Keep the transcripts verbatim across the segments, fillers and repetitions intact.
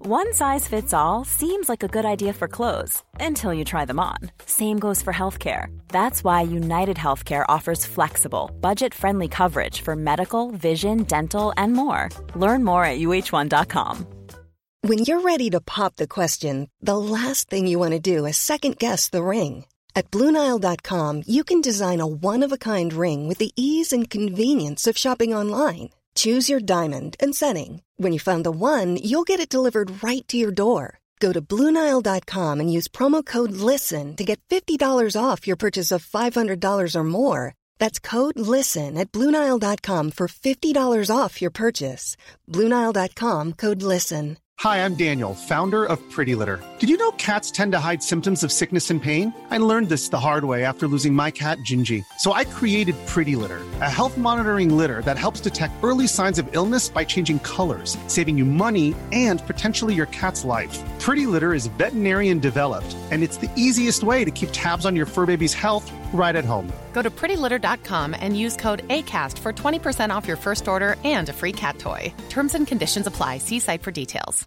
One size fits all seems like a good idea for clothes until you try them on. Same goes for healthcare. That's why United Healthcare offers flexible, budget-friendly coverage for medical, vision, dental, and more. Learn more at U H one dot com. When you're ready to pop the question, the last thing you want to do is second-guess the ring. At Blue Nile dot com, you can design a one-of-a-kind ring with the ease and convenience of shopping online. Choose your diamond and setting. When you find the one, you'll get it delivered right to your door. Go to Blue Nile dot com and use promo code LISTEN to get fifty dollars off your purchase of five hundred dollars or more. That's code LISTEN at Blue Nile dot com for fifty dollars off your purchase. Blue Nile dot com, code LISTEN. Hi, I'm Daniel, founder of Pretty Litter. Did you know cats tend to hide symptoms of sickness and pain? I learned this the hard way after losing my cat, Gingy. So I created Pretty Litter, a health monitoring litter that helps detect early signs of illness by changing colors, saving you money and potentially your cat's life. Pretty Litter is veterinarian developed, and it's the easiest way to keep tabs on your fur baby's health right at home. Go to pretty litter dot com and use code ACAST for twenty percent off your first order and a free cat toy. Terms and conditions apply. See site for details.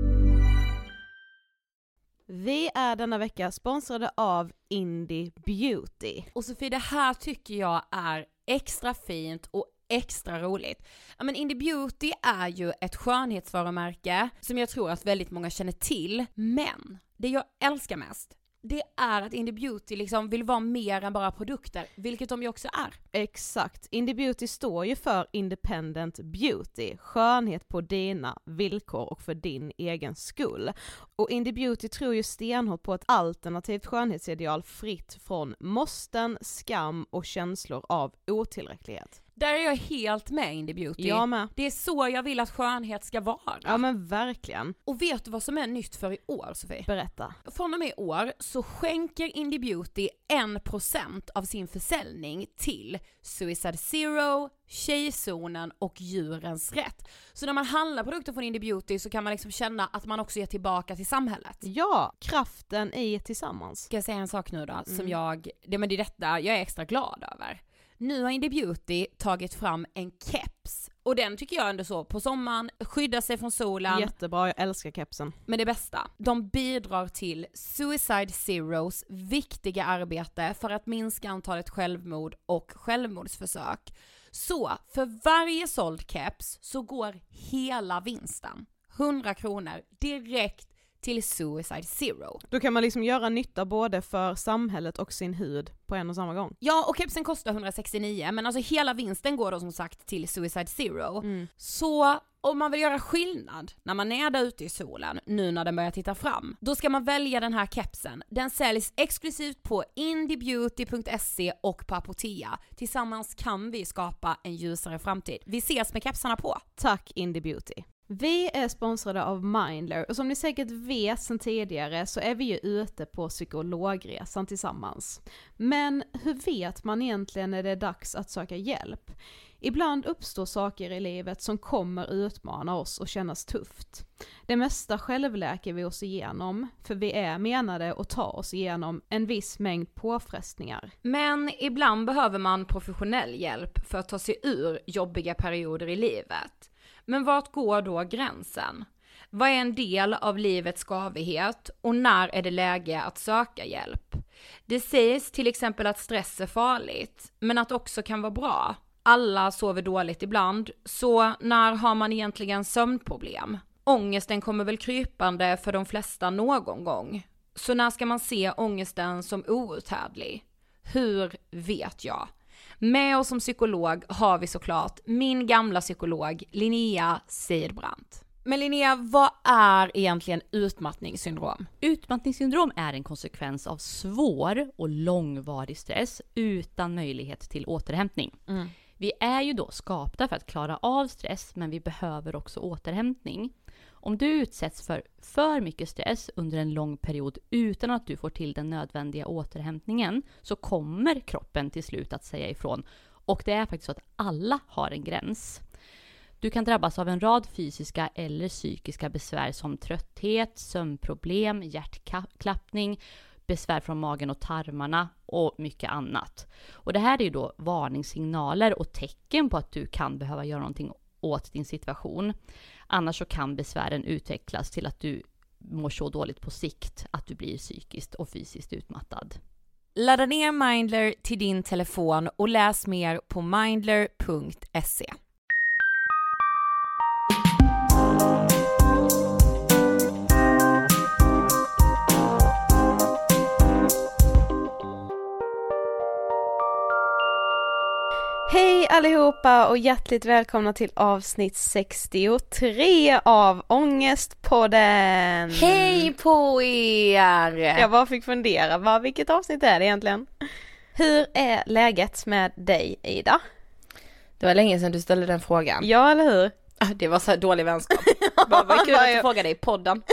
Vi är denna vecka sponsrade av Indie Beauty. Och Sofie, det här tycker jag är extra fint och extra roligt. Ja, men Indie Beauty är ju ett skönhetsvarumärke som jag tror att väldigt många känner till. Men det jag älskar mest, det är att Indie Beauty liksom vill vara mer än bara produkter, vilket de ju också är. Exakt. Indie Beauty står ju för Independent Beauty, skönhet på dina villkor och för din egen skull. Och Indie Beauty tror ju stenhårt på ett alternativt skönhetsideal fritt från måsten, skam och känslor av otillräcklighet. Där är jag helt med Indie Beauty. Jag med. Det är så jag vill att skönhet ska vara. Ja men verkligen. Och vet du vad som är nytt för i år, Sofie? Berätta. Från och med i år så skänker Indie Beauty en procent av sin försäljning till Suicide Zero, Tjejzonen och Djurens Rätt. Så när man handlar produkter från Indie Beauty så kan man liksom känna att man också ger tillbaka till samhället. Ja, kraften i tillsammans. Ska jag säga en sak nu då? Mm. Som jag, det, men det är detta jag är extra glad över. Nu har Indie Beauty tagit fram en keps. Och den tycker jag ändå så på sommaren, skydda sig från solen. Jättebra, jag älskar kepsen. Men det bästa, de bidrar till Suicide Zeros viktiga arbete för att minska antalet självmord och självmordsförsök. Så för varje såld keps så går hela vinsten, hundra kronor, direkt till Suicide Zero. Då kan man liksom göra nytta både för samhället och sin hud på en och samma gång. Ja, och kepsen kostar hundrasextionio, men alltså hela vinsten går då som sagt till Suicide Zero. Mm. Så om man vill göra skillnad när man är där ute i solen, nu när den börjar titta fram, då ska man välja den här kepsen. Den säljs exklusivt på indiebeauty punkt se och på Apotea. Tillsammans kan vi skapa en ljusare framtid. Vi ses med kepsarna på. Tack Indie Beauty. Vi är sponsrade av Mindler och som ni säkert vet sedan tidigare så är vi ju ute på psykologresan tillsammans. Men hur vet man egentligen när det är dags att söka hjälp? Ibland uppstår saker i livet som kommer utmana oss och kännas tufft. Det mesta självläker vi oss igenom, för vi är menade att ta oss igenom en viss mängd påfrestningar. Men ibland behöver man professionell hjälp för att ta sig ur jobbiga perioder i livet. Men vart går då gränsen? Vad är en del av livets skavighet och när är det läge att söka hjälp? Det sägs till exempel att stress är farligt, men att också kan vara bra. Alla sover dåligt ibland, så när har man egentligen sömnproblem? Ångesten kommer väl krypande för de flesta någon gång. Så när ska man se ångesten som outhärdlig? Hur vet jag? Med oss som psykolog har vi såklart min gamla psykolog Linnea Seidbrant. Men Linnea, vad är egentligen utmattningssyndrom? Utmattningssyndrom är en konsekvens av svår och långvarig stress utan möjlighet till återhämtning. Mm. Vi är ju då skapta för att klara av stress, men vi behöver också återhämtning. Om du utsätts för för mycket stress under en lång period utan att du får till den nödvändiga återhämtningen, så kommer kroppen till slut att säga ifrån. Och det är faktiskt så att alla har en gräns. Du kan drabbas av en rad fysiska eller psykiska besvär som trötthet, sömnproblem, hjärtklappning, besvär från magen och tarmarna och mycket annat. Och det här är ju då varningssignaler och tecken på att du kan behöva göra någonting åt din situation. Annars så kan besvären utvecklas till att du mår så dåligt på sikt att du blir psykiskt och fysiskt utmattad. Ladda ner Mindler till din telefon och läs mer på mindler punkt se. Hej allihopa och hjärtligt välkomna till avsnitt sextiotre av Ångestpodden. Hej på er! Jag bara fick fundera, vad, vilket avsnitt är det egentligen? Hur är läget med dig, Ida? Det var länge sedan du ställde den frågan. Ja, eller hur? Det var så här dålig vänskap. Bara, vad kul att du frågade dig i podden.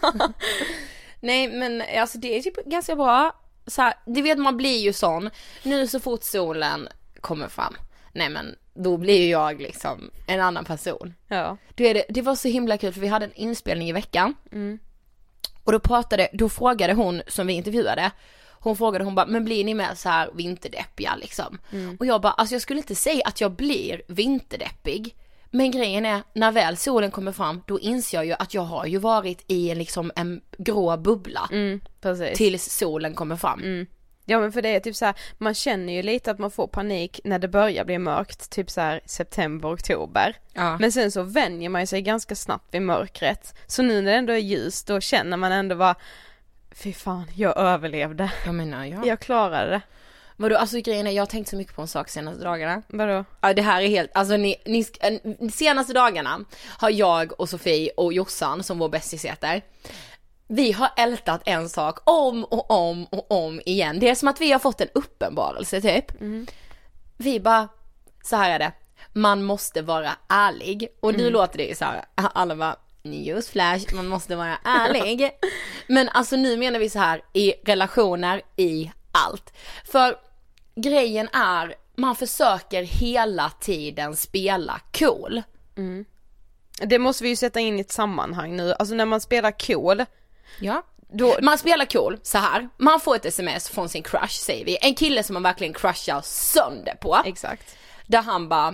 Nej, men alltså det är typ ganska bra. Så här, det vet man blir ju sån. Nu så fort solen kommer fram. Nej men då blir ju jag liksom en annan person. Ja. Då är det, det var så himla kul för vi hade en inspelning i veckan. Mm. Och då pratade, då frågade hon som vi intervjuade. Hon frågade, hon bara, men blir ni med så här vinterdeppiga liksom? Mm. Och jag bara, alltså jag skulle inte säga att jag blir vinterdeppig. Men grejen är, när väl solen kommer fram, då inser jag ju att jag har ju varit i en, liksom en grå bubbla. Mm, precis. Tills solen kommer fram. Mm. Ja, men för det är typ så här, man känner ju lite att man får panik när det börjar bli mörkt, typ så här september, oktober. Ja. Men sen så vänjer man sig ganska snabbt vid mörkret. Så nu när det ändå är ljust, då känner man ändå bara, fy fan, jag överlevde. Jag menar, ja. Jag klarade det. Vadå, alltså grejen är, jag har tänkt så mycket på en sak senaste dagarna. Vadå? Ja, det här är helt, alltså ni, ni, äh, senaste dagarna har jag och Sofie och Jossan, som vår bästis heter, vi har ältat en sak om och om och om igen. Det är som att vi har fått en uppenbarelse typ. Mm. Vi bara, så här är det. Man måste vara ärlig. Och nu mm. låter det ju så här, alla bara, newsflash, man måste vara ärlig. Men alltså nu menar vi så här, i relationer, i allt. För grejen är, man försöker hela tiden spela cool. Mm. Det måste vi ju sätta in i ett sammanhang nu. Alltså när man spelar cool. Ja. Då, man spelar cool så här. Man får ett sms från sin crush, säger vi. En kille som man verkligen crushar sönder på. Exakt. Där han bara,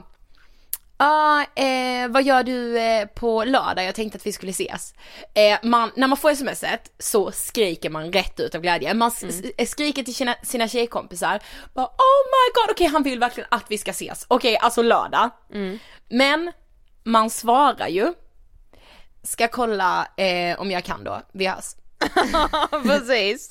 ah, eh, vad gör du eh, på lördag? Jag tänkte att vi skulle ses. Eh, man, när man får smset så skriker man rätt ut av glädje. Man mm. skriker till sina, sina tjejkompisar. Bara, oh my god, okej, okay, han vill verkligen att vi ska ses. Okej, okay, alltså lördag. Mm. Men man svarar ju, ska kolla eh, om jag kan då. Vi hörs. Precis.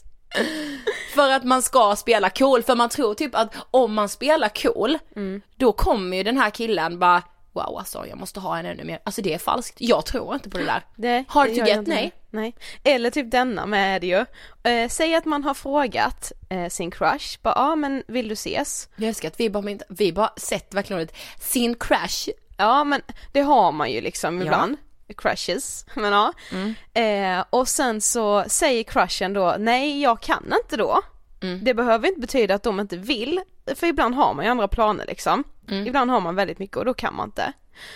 För att man ska spela cool. För man tror typ att om man spelar cool mm. då kommer ju den här killen bara, wow alltså jag måste ha en ännu mer. Alltså det är falskt. Jag tror inte på det där. Det, Hard to get, nej. nej. Eller typ denna med det ju. Eh, säg att man har frågat eh, sin crush. Bara, ja ah, men vill du ses? Jag älskar att vi bara, inte, vi bara sett verkligen ordet sin crush. Ja men det har man ju liksom ibland. Ja. Crushes, men ja. Mm. Eh, och sen så säger crushen då, nej jag kan inte då. Mm. Det behöver inte betyda att de inte vill. För ibland har man ju andra planer liksom. Mm. Ibland har man väldigt mycket och då kan man inte.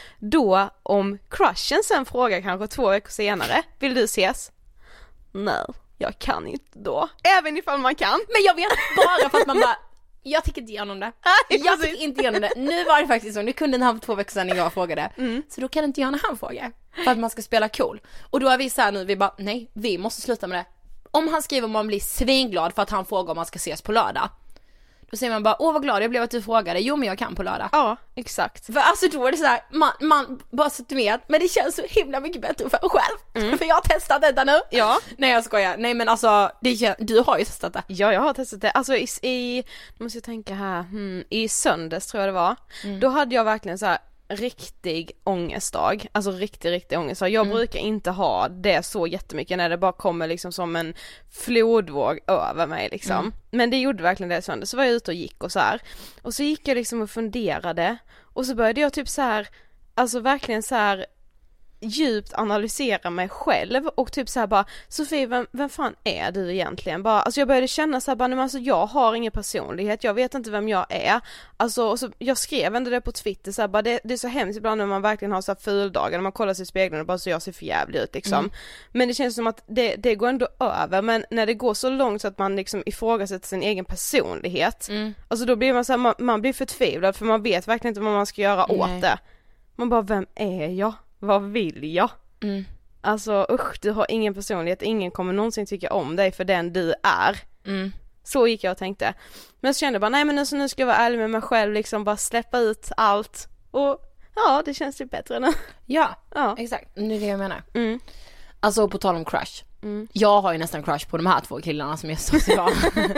Då om crushen sen frågar kanske två veckor senare, vill du ses? Nej, jag kan inte då. Även ifall man kan. Men jag vet bara för att man bara, jag tycker inte igenom det. Jag tycker inte igenom det. Nu var det faktiskt så, nu kunde den här för två veckor sedan när jag frågade. Mm. Så då kan inte jag när han frågar. För att man ska spela cool. Och då är vi så här nu, vi bara, nej, vi måste sluta med det. Om han skriver om man blir svinglad för att han frågar om man ska ses på lördag. Då säger man bara, åh vad glad jag blev att du frågade. Jo men jag kan på lördag. Ja, exakt. För alltså då är det så här, man, man bara så att du vet. Men det känns så himla mycket bättre för en själv. Mm. För jag har testat detta nu. Ja. Nej jag skojar. Nej men alltså, det kän- du har ju testat det. Ja jag har testat det. Alltså i, i nu måste jag tänka här. Hmm, i söndags tror jag det var. Mm. Då hade jag verkligen så här riktig ångestdag. Alltså riktig, riktig ångestdag. Jag mm. brukar inte ha det så jättemycket när det bara kommer liksom som en flodvåg över mig liksom. Mm. Men det gjorde verkligen det söndag. Så var jag ute och gick och så här. Och så gick jag liksom och funderade. Och så började jag typ så här, alltså verkligen så här djupt analysera mig själv och typ så här bara, Sofie, vem, vem fan är du egentligen? Bara, alltså jag började känna så här, bara, nej, alltså jag har ingen personlighet, jag vet inte vem jag är. Alltså, och så, jag skrev ändå det på Twitter så här, bara, det, det är så hemskt ibland när man verkligen har så här fuldagar, när man kollar sig i spegeln och bara så jag ser för jävligt ut liksom. Mm. Men det känns som att det, det går ändå över, men när det går så långt så att man liksom ifrågasätter sin egen personlighet, mm. alltså då blir man så här, man, man blir förtvivlad för man vet verkligen inte vad man ska göra nej. åt det. Man bara, vem är jag? vad vill jag? Mm. Alltså usch, du har ingen personlighet, ingen kommer någonsin tycka om dig för den du är. Mm. Så gick jag och tänkte. Men så kände jag bara, nej men nu, så nu ska jag vara ärlig med mig själv, liksom bara släppa ut allt. Och ja, det känns ju bättre nu. Ja, Ja. exakt. Det är det jag menar. Mm. Alltså på tal om crush. Mm. Jag har ju nästan crush på de här två killarna som jag sa idag.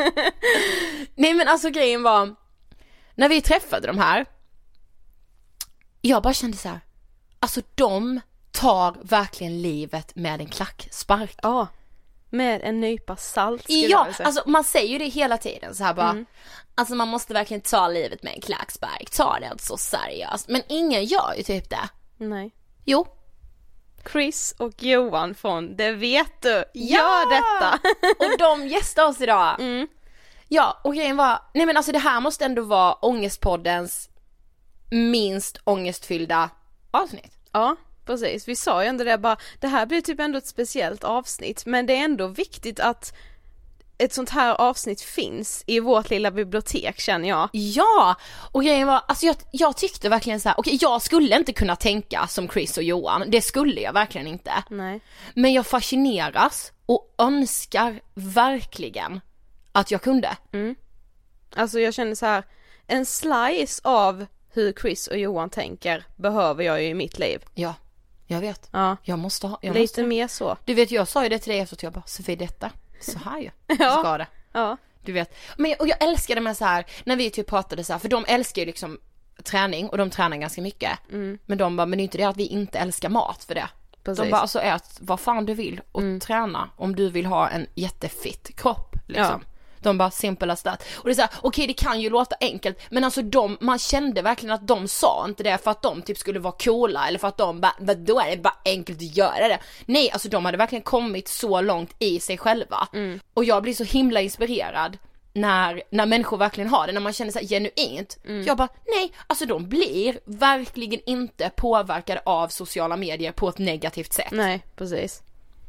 Nej men alltså grejen var, när vi träffade de här, jag bara kände så här, alltså de tar verkligen livet med en klackspark. Ja, med en nypa salt skulle Ja, jag säga. alltså man säger ju det hela tiden så här bara, Mm. alltså man måste verkligen ta livet med en klackspark, ta det inte så seriöst. Men ingen gör ju typ det. Nej. Jo. Chris och Johan från Det vet du, Ja! gör detta. Och de gästar oss idag. Mm. Ja, och grejen var, nej men alltså det här måste ändå vara Ångestpoddens minst ångestfyllda avsnitt. Ja, precis. Vi sa ju ändå det bara, det här blir typ ändå ett speciellt avsnitt, men det är ändå viktigt att ett sånt här avsnitt finns i vårt lilla bibliotek, känner jag. Ja, och grejen var, alltså jag, jag tyckte verkligen så här, okej, jag skulle inte kunna tänka som Chris och Johan, det skulle jag verkligen inte. Nej. Men jag fascineras och önskar verkligen att jag kunde. Mm. Alltså jag känner så här, en slice av hur Chris och Johan tänker behöver jag ju i mitt liv. Ja, jag vet. Ja. Jag måste ha, jag Lite måste. mer så. Du vet, jag sa ju det till dig efteråt, jag bara, Sofie, detta, så här ju, Ja. ska det. Ja. Du vet, men och jag älskade med så här, när vi typ pratade så här, för de älskar ju liksom träning och de tränar ganska mycket. Mm. Men de bara, men det är inte det att vi inte älskar mat för det. Precis. De bara, alltså ät vad fan du vill och Mm. träna om du vill ha en jättefitt kropp liksom. Ja. De bara, simple as that. Och det är så här, okej, det kan ju låta enkelt, men alltså de, man kände verkligen att de sa inte det för att de typ skulle vara coola eller för att de bara, vadå är det bara enkelt att göra det? Nej, alltså de hade verkligen kommit så långt i sig själva. Mm. Och jag blir så himla inspirerad när, när människor verkligen har det, när man känner sig genuint. Mm. Jag bara, nej, alltså de blir verkligen inte påverkade av sociala medier på ett negativt sätt. Nej, precis.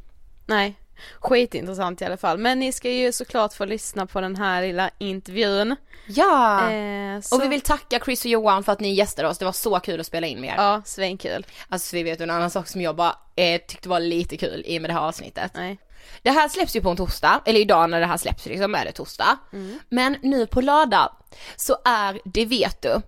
Nej, skitintressant i alla fall. Men ni ska ju såklart få lyssna på den här lilla intervjun. Ja! Eh, så... Och vi vill tacka Chris och Johan för att ni gästade oss, det var så kul att spela in med er. Ja, svinkul. Alltså vi vet en annan sak som jag bara eh, tyckte var lite kul i med det här avsnittet. Nej. Det här släpps ju på en torsdag, eller idag när det här släpps liksom är det torsdag. Mm. Men nu på lördag så är Det vet du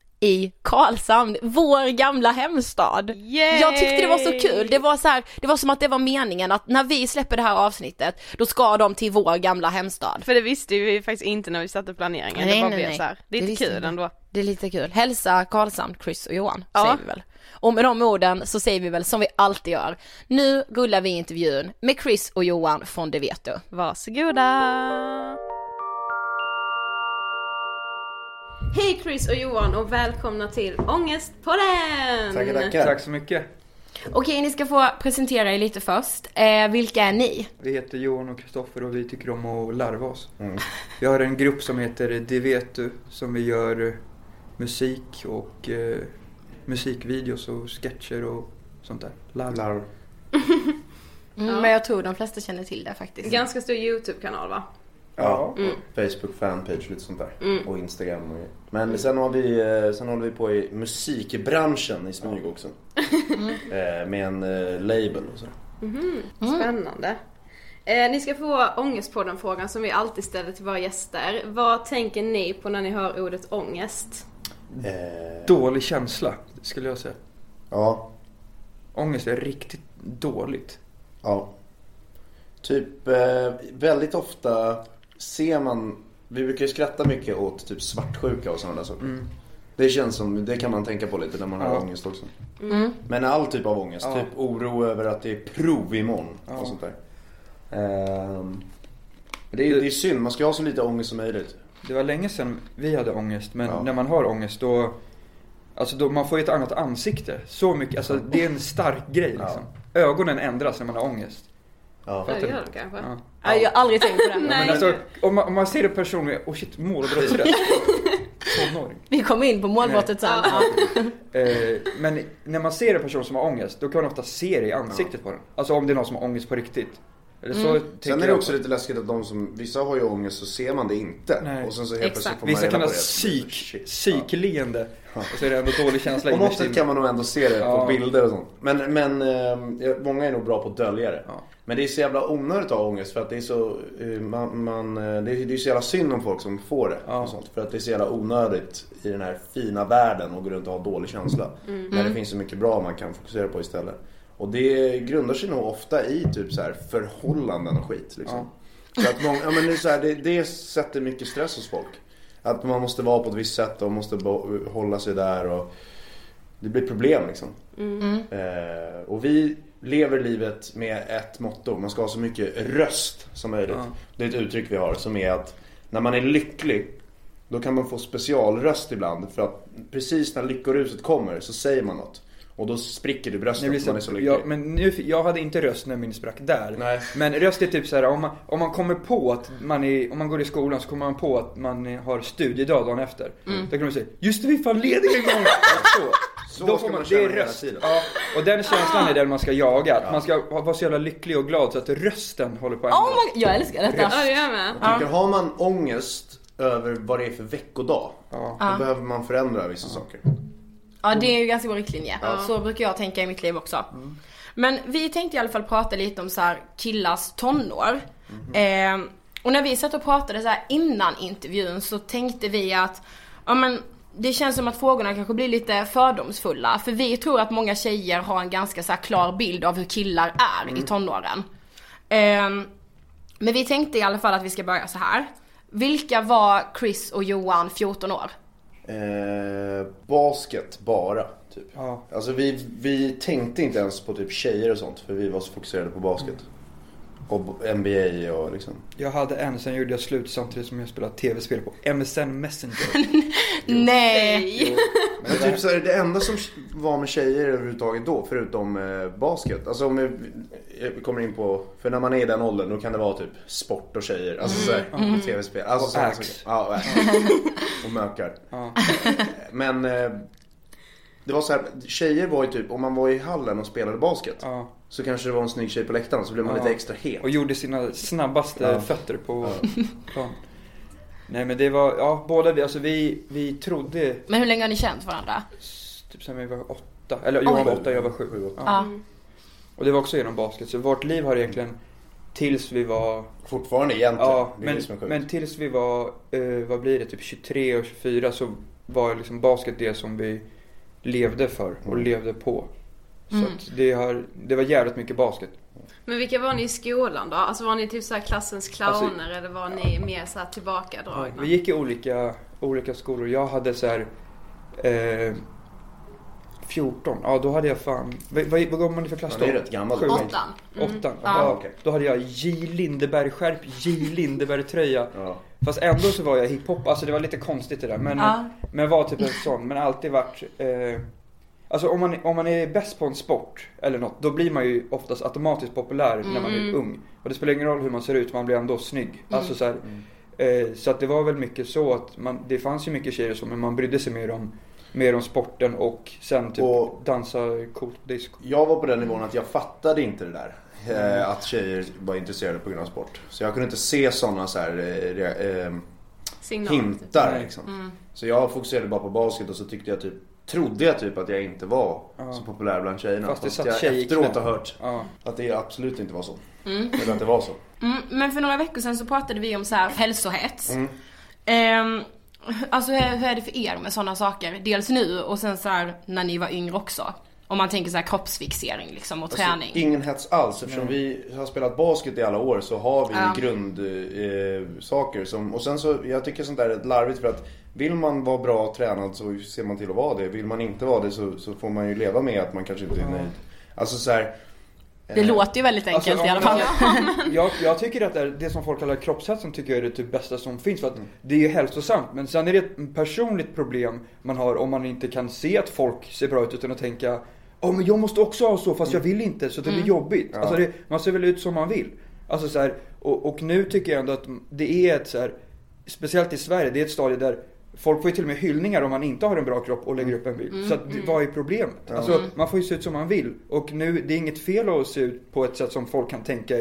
i Karlshamn, vår gamla hemstad. Yay! Jag tyckte det var så kul. Det var så här, det var som att det var meningen att när vi släpper det här avsnittet, då ska de till vår gamla hemstad. För det visste vi faktiskt inte när vi satte planeringen. Nej, det bara nej, blev nej. så här. Det är Det lite visste kul vi. ändå. Det är lite kul. Hälsa Karlshamn, Chris och Johan, Ja. säger vi väl. Och med de orden så säger vi väl som vi alltid gör. Nu rullar vi intervjun med Chris och Johan från Det vet du. Varsågoda! Hej Chris och Johan och välkomna till Ångestpodden! Tackar, tackar. Tack så mycket. Okej, ni ska få presentera er lite först. Eh, vilka är ni? Vi heter Johan och Kristoffer och vi tycker om att larva oss. Mm. Vi har en grupp som heter Det vet du, som vi gör eh, musik och eh, musikvideos och sketcher och sånt där. Larv. Larv. Mm, Ja. Men jag tror de flesta känner till det faktiskt. Ganska stor YouTube-kanal va? Ja, Mm. Facebook fanpage lite sånt där. Mm. Och Instagram. Och... Men sen har vi eh, sen håller vi på i musikbranschen i smyg också. eh, med en eh, label och så. Mhm, spännande. Eh, ni ska få Ångestpodden-frågan som vi alltid ställer till våra gäster. Vad tänker ni på när ni hör ordet ångest? Eh, Dålig känsla, skulle jag säga. ja, Ångest är riktigt dåligt. ja. Typ eh, väldigt ofta ser man, vi brukar ju skratta mycket åt typ svartsjuka och sådana där saker. Mm. Det känns som, det kan man tänka på lite när man har Ja. ångest också. Mm. Men all typ av ångest, Ja. typ oro över att det är prov imorgon Ja. och sånt där. Ehm, det, är, det är synd, man ska ha så lite ångest som möjligt. Det var länge sedan vi hade ångest, men Ja. när man har ångest då, alltså då man får ju ett annat ansikte. Så mycket, alltså det är en stark grej liksom. Ögonen ändras när man har ångest. Ja. Ja, det gör det kanske. Ja. Ja, jag har aldrig tänkt på det. Nej. Men alltså, om man, om man ser en person med, oh shit, målbrottsrätt. Tonåring. Vi kommer in på målbrottet sen. Ja. Eh, men när man ser en person som har ångest, då kan man ofta se det i ansiktet på den. Alltså om det är någon som har ångest på riktigt. Eller så mm. Sen är det också på. lite läskigt att de som, vissa har ju ångest så ser man det inte. Nej. Och sen så helt plötsligt får man vissa reda kan på ha det. psyk, psykleende. Ja. Och så är det ändå dålig känsla. Och måste kan man nog ändå se det ja. på bilder och sånt. Men, men eh, många är nog bra på att dölja det. Ja. Men det är så jävla onödigt att ha ångest för att det är så eh, man, man, det, är, det är så jävla synd om folk som får det ja. och sånt. För att det är så jävla onödigt i den här fina världen och gå runt och ha dålig känsla. Mm. När det finns så mycket bra man kan fokusera på istället. Och det grundar sig nog ofta i typ så här förhållanden och skit liksom. Ja. Så att många, ja, men det, är så här, det, det sätter mycket stress hos folk. Att man måste vara på ett visst sätt och måste bo, hålla sig där och det blir problem liksom. Mm. Eh, och vi lever livet med ett motto. Man ska ha så mycket röst som möjligt. Ja. Det är ett uttryck vi har som är att när man är lycklig då kan man få specialröst ibland. För att precis när lyckoruset kommer så säger man något. Och då spricker du bröstet när man är så lycklig. Ja, men nu, jag hade inte röst när min sprack där. Nej. Men röst är typ så här, om man, om man kommer på att man är, om man går i skolan så kommer man på att man har studiedag dagen efter. Mm. Då kan man säga, just det, vi fan lediga en gång. Så, så då får man, det är röst. Ja, och den känslan är den man ska jaga. Att ja. man ska vara så jävla lycklig och glad så att rösten håller på att ändra. Oh my, jag älskar detta. Ja, jag är med. Jag tycker, har man ångest över vad det är för veckodag, ja. då ja. behöver man förändra vissa ja. saker. Ja, det är ju ganska bra riktlinje. Ja. Så brukar jag tänka i mitt liv också. Mm. Men vi tänkte i alla fall prata lite om så här killars tonår. Mm. Eh, och när vi satt och pratade så här innan intervjun så tänkte vi att ja, men det känns som att frågorna kanske blir lite fördomsfulla. För vi tror att många tjejer har en ganska så här klar bild av hur killar är mm. i tonåren. Eh, men vi tänkte i alla fall att vi ska börja så här. Vilka var Chris och Johan fjorton år? Eh, basket bara typ. Ja. Alltså vi, vi tänkte inte ens på typ tjejer och sånt. För vi var så fokuserade på basket mm. och N B A och liksom. Jag hade en, sen gjorde jag slut samtidigt som jag spelade tv-spel på M S N Messenger. Nej. Men typ så är det enda som var med tjejer överhuvudtaget då, förutom eh, basket. Alltså om vi, vi kommer in på, för när man är i den åldern då kan det vara typ sport och tjejer. Alltså mm. såhär, mm. tv-spel. Alltså, och ax. Ja, och, och mökar. Ja. Men eh, det var så här, tjejer var ju typ, om man var i hallen och spelade basket ja. så kanske det var en snygg tjej på läktaren så blev man ja. lite extra het. Och gjorde sina snabbaste ja. fötter på ja. plan. Nej men det var, ja båda vi, alltså vi, vi trodde. Men hur länge har ni känt varandra? Typ sen vi var åtta, eller Johan var åtta, jag var sju, sju ja. Mm. Och det var också genom basket, så vårt liv har egentligen tills vi var fortfarande egentligen. Ja, men, men tills vi var, eh, vad blir det, typ tjugotre och tjugofyra så var liksom basket det som vi levde för och mm. levde på. Så mm. att det, har, det var jävligt mycket basket. Men vilka var ni i skolan då? Alltså var ni typ så här klassens clowner alltså, eller var ni mer så här tillbakadragna? Ja, vi gick i olika, olika skolor. Jag hade så här eh, fjorton. Ja, då hade jag fan... Vad, vad, vad går man för klass då? Det är rätt gammal. Åttan. Mm. Åttan. Ja, ja, okay. Då hade jag J. Lindeberg skärp, J. Lindeberg tröja. Ja. Fast ändå så var jag hiphop. Alltså det var lite konstigt det där. Men, ja. men var typ en sån. Men alltid varit... Eh, alltså om man, om man är bäst på en sport eller något, då blir man ju oftast automatiskt populär mm. när man är ung. Och det spelar ingen roll hur man ser ut, man blir ändå snygg. Mm. Alltså så här, mm. eh, så att det var väl mycket så att man, det fanns ju mycket tjejer som, men man brydde sig mer om mer om sporten och sen typ och dansa coolt på disco. Jag var på den nivån att jag fattade inte det där. Mm. Eh, att tjejer var intresserade på grund av sport. Så jag kunde inte se sådana så här eh, eh, hintar liksom. Mm. Så jag fokuserade bara på basket och så tyckte jag typ trodde jag typ att jag inte var ja. så populär bland tjejerna. Fast, Fast jag tjej efteråt har hört ja. att det absolut inte var så. Mm. Eller att det var så. Mm, men för några veckor sedan så pratade vi om så här hälsohets. Mm. Ehm, alltså hur, hur är det för er med sådana saker? Dels nu och sen så här när ni var yngre också. Om man tänker så här kroppsfixering liksom och alltså, träning. Ingen hets alls. Eftersom mm. vi har spelat basket i alla år så har vi ja. grundsaker. Eh, som, och sen så, jag tycker sånt där är larvigt för att vill man vara bra tränad så ser man till att vara det. Vill man inte vara det så, så får man ju leva med att man kanske inte är nöjd. Alltså så här, det eh, låter ju väldigt enkelt alltså, i alla fall. jag, jag tycker att det, är, det som folk kallar kroppshetsen tycker jag är det typ bästa som finns. För att mm. det är ju hälsosamt. Men sen är det ett personligt problem man har om man inte kan se att folk ser bra ut utan att tänka ja, oh, men jag måste också ha så fast jag vill inte så det blir mm. jobbigt. Ja. Alltså det, man ser väl ut som man vill. Alltså så här, och, och nu tycker jag ändå att det är ett så här, speciellt i Sverige, det är ett stadie där folk får ju till och med hyllningar om man inte har en bra kropp och lägger upp en bild. Mm. Så att, vad är problemet? Alltså, man får ju se ut som man vill. Och nu, det är inget fel att se ut på ett sätt som folk kan tänka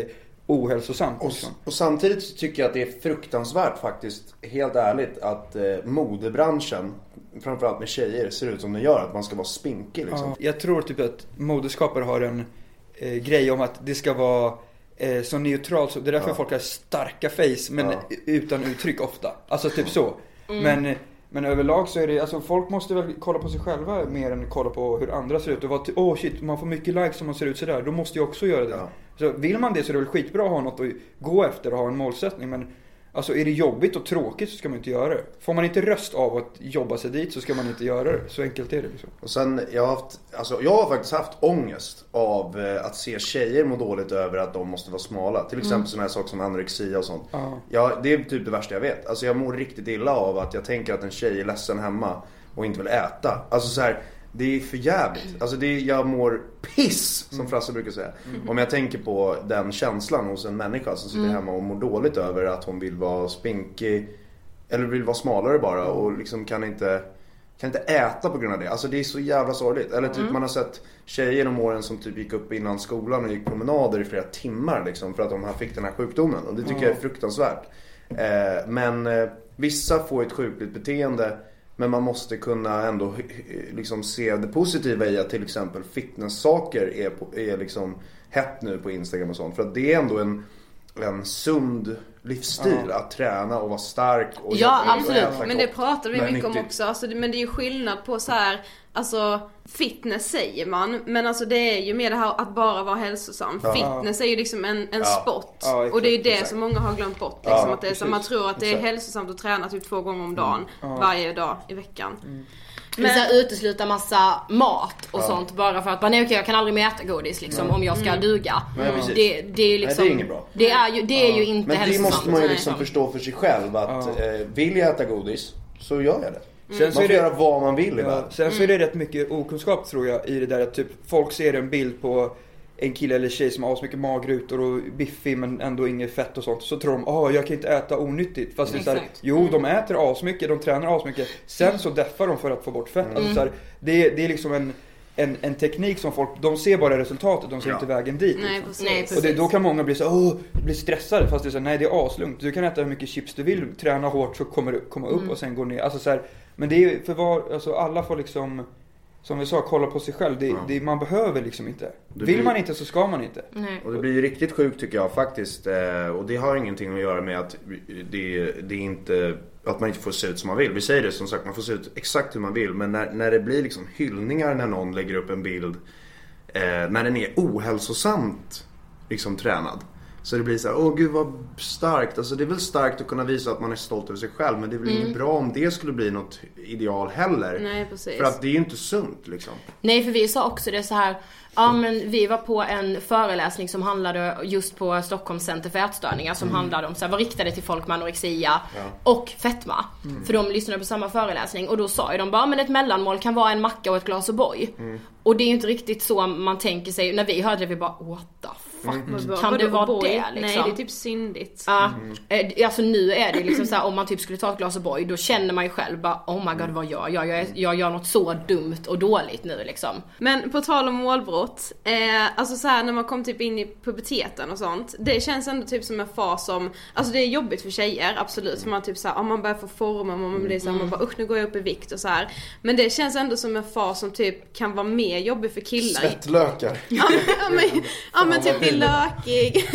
ohälsosamt. Och, och samtidigt tycker jag att det är fruktansvärt faktiskt, helt ärligt, att eh, modebranschen, framförallt med tjejer, ser ut som den gör, att man ska vara spinkig liksom. Ja, jag tror typ att modeskapare har en eh, grej om att det ska vara eh, så neutralt, så det är därför ja. folk har starka face men ja. utan uttryck ofta. Alltså typ så. Mm. Men Men överlag så är det, alltså folk måste väl kolla på sig själva mer än kolla på hur andra ser ut. Och vara till, åh oh shit, man får mycket likes om man ser ut sådär, då måste jag också göra det. Ja. Så vill man det så är det väl skitbra att ha något att gå efter och ha en målsättning. Men alltså är det jobbigt och tråkigt så ska man inte göra det. Får man inte röst av att jobba sig dit så ska man inte göra det. Så enkelt är det liksom. Och sen, jag har haft, alltså jag har faktiskt haft ångest av eh, att se tjejer må dåligt över att de måste vara smala. Till exempel mm. sådana här saker som anorexia och sånt. Uh. Ja, det är typ det värsta jag vet. Alltså jag mår riktigt illa av att jag tänker att en tjej är ledsen hemma och inte vill äta. Alltså så här, det är för jävligt. Alltså det är, jag mår piss, som mm. Frasse brukar säga. Mm. Om jag tänker på den känslan hos en människa som sitter mm. hemma och mår dåligt över att hon vill vara spinkig eller vill vara smalare bara och liksom kan inte kan inte äta på grund av det. Alltså det är så jävla sorgligt. Eller typ mm. man har sett tjejer genom åren som typ gick upp innan skolan och gick promenader i flera timmar liksom för att de fick den här sjukdomen. Och det tycker mm. jag är fruktansvärt. Eh, men eh, vissa får ett sjukligt beteende. Men man måste kunna ändå liksom se det positiva i att till exempel fitnesssaker är, på, är liksom hett nu på Instagram och sånt. För att det är ändå en, en sund livsstil ja. att träna och vara stark. Och ja, och absolut. Och men det pratar vi mycket om också. Alltså, men det är ju skillnad på så här, alltså fitness säger man. Men alltså det är ju mer det här att bara vara hälsosam. Ja. Fitness är ju liksom en, en ja. sport. Ja, exakt, och det är ju det exakt. som många har glömt bort. Liksom, ja, att det är så man tror att det är exakt. hälsosamt att träna typ två gånger om dagen. Mm. Ja. Varje dag i veckan. Mm. Men så här, utesluta massa mat och ja. sånt bara för att man är okej, jag kan aldrig mer äta godis liksom mm. om jag ska duga. Nej, det, det är liksom, nej, det är inget bra. Det är ju, det är ju inte men hälsosamt. Men det måste man ju liksom förstå för sig själv att ja. eh, vill jag äta godis så gör jag det. Mm. Sen man får det, göra vad man vill i ja, Sen mm. så är det rätt mycket okunskap tror jag i det där att typ folk ser en bild på en kille eller tjej som har så mycket magrutor och biffig men ändå inget fett och sånt. Så tror de, ah oh, jag kan inte äta onyttigt. Fast det är så här, jo de äter asmycket, de tränar asmycket. Sen så deffar de för att få bort fett. Mm. Alltså så här, det, det är liksom en, en, en teknik som folk, de ser bara resultatet, de ser ja. inte vägen dit. Nej, liksom. precis. Nej, precis. Och det, då kan många bli så åh, bli stressade. Fast det är så här, nej det är aslugnt. Du kan äta hur mycket chips du vill, träna hårt så kommer du komma upp mm. och sen gå ner. Alltså så här, men det är för var, alltså alla får liksom... Som vi sa, kolla på sig själv. Det, ja. det, man behöver liksom inte. Det Vill blir... man inte så ska man inte. Nej. Och det blir ju riktigt sjukt tycker jag faktiskt. Och det har ingenting att göra med att det, det är inte, att man inte får se ut som man vill. Vi säger det som sagt, man får se ut exakt hur man vill. Men när, när det blir liksom hyllningar när någon lägger upp en bild. Eh, när den är ohälsosamt liksom tränad. Så det blir så här, åh gud vad starkt. Alltså det är väl starkt att kunna visa att man är stolt över sig själv. Men det blir mm. inte bra om det skulle bli något ideal heller. Nej, precis. För att det är ju inte sunt liksom. Nej, för vi sa också det så här. Ja, men vi var på en föreläsning som handlade just på Stockholms center för ätstörningar. Som mm. handlade om så här, vad riktade till folk med anorexia ja. och fetma. Mm. För de lyssnade på samma föreläsning. Och då sa ju de bara, men ett mellanmål kan vara en macka och ett glas O'boy. Mm. Och det är ju inte riktigt så man tänker sig. När vi hörde det, vi bara, what the fuck. Mm. Kan det vara det liksom? Nej, det är typ syndigt. Ja, mm. alltså nu är det liksom så här, om man typ skulle ta ett glas O'boy, då känner man ju själv bara, oh my god, vad gör jag? Jag, jag gör något så dumt och dåligt nu liksom. Men på tal om målbrott, eh, alltså så här, när man kom typ in i puberteten och sånt, det känns ändå typ som en fas som, alltså det är jobbigt för tjejer, absolut. För man typ så här, om man börjar få former, man blir så här, man bara, usch nu går jag upp i vikt och så här. Men det känns ändå som en fas som typ kan vara mer jobbig för killar. Svettlökar. Ja men, ja, men, ja, men typ bli lökig.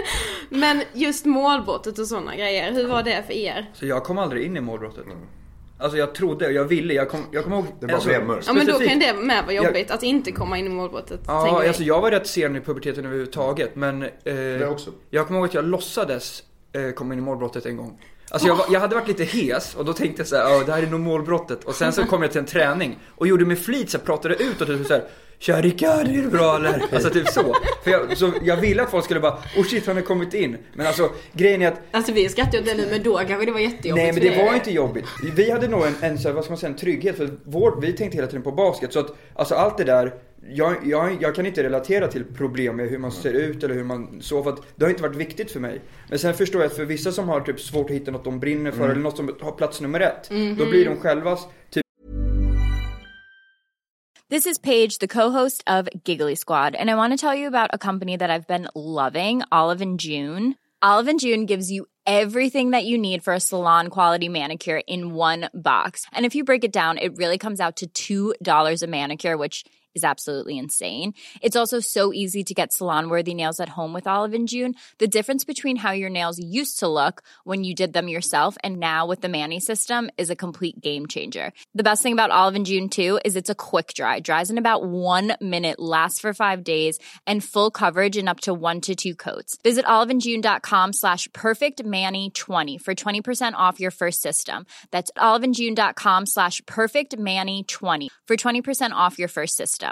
Men just målbrottet och sådana grejer, hur var det för er? Så jag kom aldrig in i målbrottet. Mm. Alltså jag trodde och jag ville, jag kom, jag kom ihåg... Det var alltså, ja men då kan det med vara jobbigt jag, att inte komma in i målbrottet. Ja, alltså jag var rätt sen i puberteten överhuvudtaget. Men eh, det också. Jag kommer ihåg att jag låtsades eh, komma in i målbrottet en gång. Alltså jag, var, jag hade varit lite hes och då tänkte jag så här, ja det här är nog målbrottet. Och sen så kom jag till en träning och gjorde med flit så jag pratade ut och typ så här, tja Rickard, är det bra eller? Alltså typ så. För jag, så jag ville att folk skulle bara, oh shit han har kommit in. Men alltså grejen är att... Alltså vi skrattar ju åt det nu, men då kanske det var jättejobbigt. Nej men det var inte jobbigt. Vi hade nog en, en så här, vad ska man säga, en trygghet. För vår, vi tänkte hela tiden på basket. Så att alltså allt det där, jag, jag, jag kan inte relatera till problem med hur man ser ut eller hur man så. För att det har inte varit viktigt för mig. Men sen förstår jag att för vissa som har typ svårt att hitta något de brinner för mm. eller något som har plats nummer ett. Mm-hmm. Då blir de själva typ... This is Paige, the co-host of Giggly Squad, and I want to tell you about a company that I've been loving, Olive and June. Olive and June gives you everything that you need for a salon-quality manicure in one box. And if you break it down, it really comes out to two dollars a manicure, which is absolutely insane. It's also so easy to get salon-worthy nails at home with Olive and June. The difference between how your nails used to look when you did them yourself and now with the Mani system is a complete game changer. The best thing about Olive and June, too, is it's a quick dry. Dries in about one minute, lasts for five days, and full coverage in up to one to two coats. Visit oliveandjune.com slash perfectmani20 for twenty percent off your first system. That's oliveandjune.com slash perfectmani20 for twenty percent off your first system.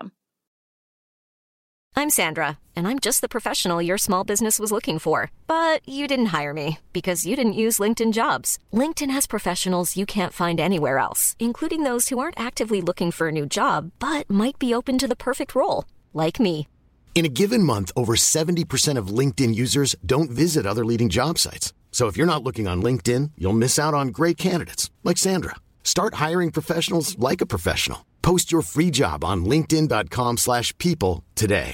I'm Sandra, and I'm just the professional your small business was looking for. But you didn't hire me because you didn't use LinkedIn Jobs. LinkedIn has professionals you can't find anywhere else, including those who aren't actively looking for a new job, but might be open to the perfect role, like me. In a given month, over seventy percent of LinkedIn users don't visit other leading job sites. So if you're not looking on LinkedIn, you'll miss out on great candidates, like Sandra. Start hiring professionals like a professional. Post your free job on linkedin.com slash people today.